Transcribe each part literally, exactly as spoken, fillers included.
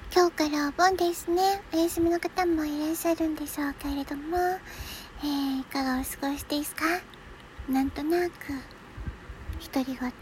今日からお盆ですね。お休みの方もいらっしゃるんでしょうけれども、えー、いかがお過ごしですか？なんとなく独り言。はい、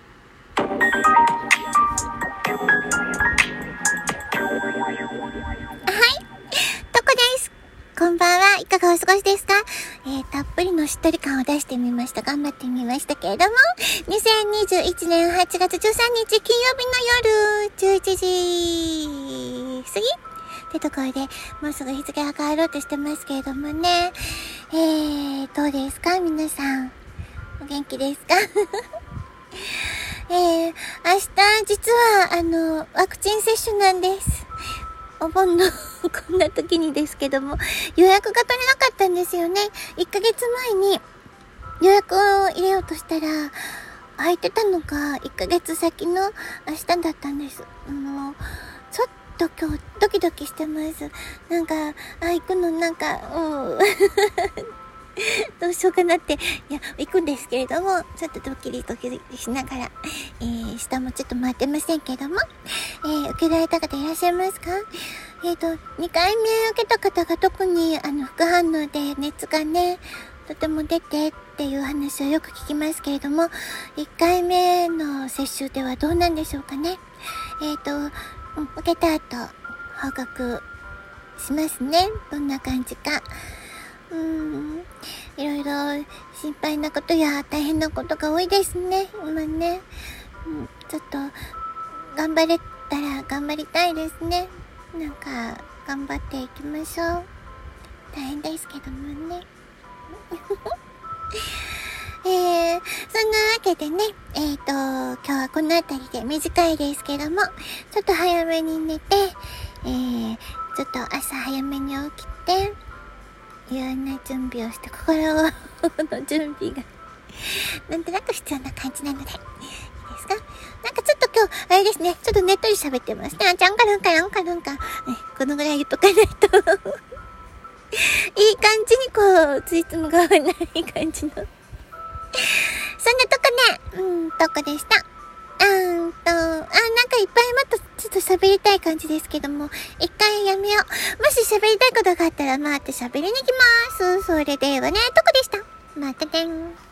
どこです。こんばんは。いかがお過ごしですか？えー、たっぷりのしっとり感を出してみました。頑張ってみましたけれども、にせんにじゅういちねんはちがつじゅうさんにち金曜日の夜じゅういちじ過ぎってところで、もうすぐ日付が変わろうとしてますけれどもね。えー、どうですか皆さん。お元気ですか？えー、明日実はあのワクチン接種なんです。お盆のこんな時にですけども、予約が取れなかったんですよね。いっかげつまえに予約を入れようとしたら空いてたのがいっかげつ先の明日だったんです。あのちょっと今日ドキドキしてます。なんかあ行くのなんかうんどうしようかなって、いや行くんですけれども、ちょっとドキリドキリしながら、えー、下もちょっと待ってませんけども、えー、受けられた方いらっしゃいますか？えーとにかいめ受けた方が特にあの副反応で熱がねとても出てっていう話をよく聞きますけれども、いっかいめの接種ではどうなんでしょうかね。えーと、うん、受けた後報告しますね。どんな感じか。うーん、いろいろ心配なことや大変なことが多いですね今ね、うん、ちょっと頑張れたら頑張りたいですね。なんか頑張っていきましょう。大変ですけどもねえー、そんなわけでね、えーと今日はこの辺りで短いですけども、ちょっと早めに寝て、えー、ちょっと朝早めに起きていろんな準備をして、心の準備がなんとなく必要な感じなのでいいですか？なんかちょっと今日あれですね、ちょっとねっとり喋ってますね。あちゃんかなんかなんかなんか、ね、このぐらい言っとかないといい感じにこうついつもが合わない感じのそんなとこね、うんとこでした。うーんと、あ、なんかいっぱいまたちょっと喋りたい感じですけども、一回やめよう。もし喋りたいことがあったら、また喋りに行きます。それではね、とこでした。またねー。